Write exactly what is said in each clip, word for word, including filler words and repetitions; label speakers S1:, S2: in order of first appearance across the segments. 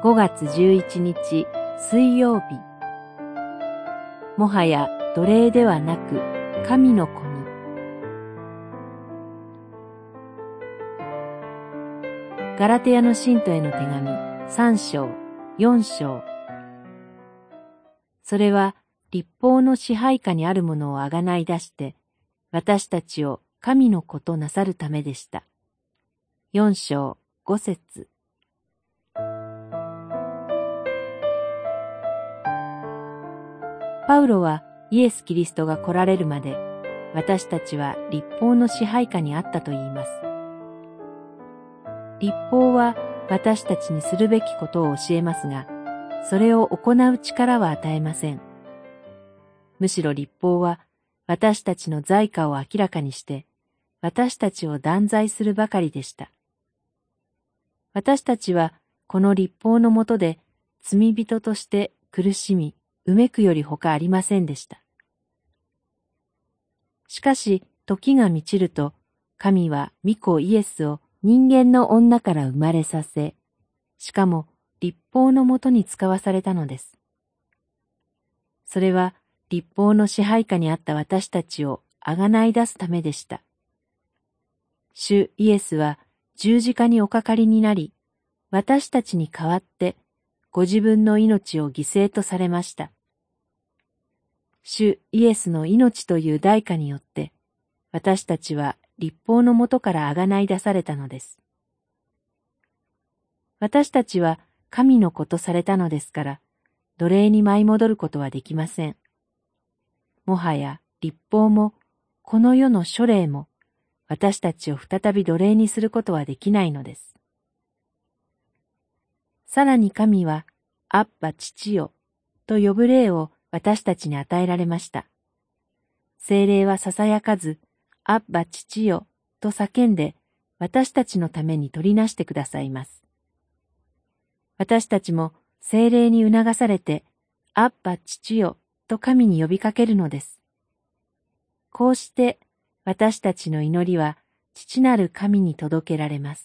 S1: ごがつじゅういちにち水曜日。もはや奴隷ではなく神の子に。ガラテヤの信徒への手紙さん章よん章。それは律法の支配下にあるものをあがない出して私たちを神の子となさるためでした。よん章ご節。パウロはイエス・キリストが来られるまで私たちは律法の支配下にあったと言います。律法は私たちにするべきことを教えますが、それを行う力は与えません。むしろ律法は私たちの罪過を明らかにして、私たちを断罪するばかりでした。私たちはこの律法の下で罪人として苦しみ、うめくよりほかありませんでした。しかし時が満ちると、神は御子イエスを人間の女から生まれさせ、しかも律法のもとに使わされたのです。それは律法の支配下にあった私たちをあがない出すためでした。主イエスは十字架におかかりになり、私たちに代わってご自分の命を犠牲とされました。主イエスの命という代価によって、私たちは律法のもとからあがない出されたのです。私たちは神の子とされたのですから、奴隷に舞い戻ることはできません。もはや律法も、この世の書類も、私たちを再び奴隷にすることはできないのです。さらに神は、アッバ父よ、と呼ぶ霊を私たちに与えられました。聖霊はささやかず、アッバ父よ、と叫んで、私たちのために取りなしてくださいます。私たちも聖霊に促されて、アッバ父よ、と神に呼びかけるのです。こうして、私たちの祈りは、父なる神に届けられます。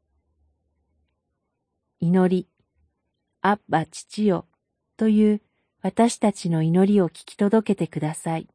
S1: 祈り、アッバ父よ、という私たちの祈りを聞き届けてください。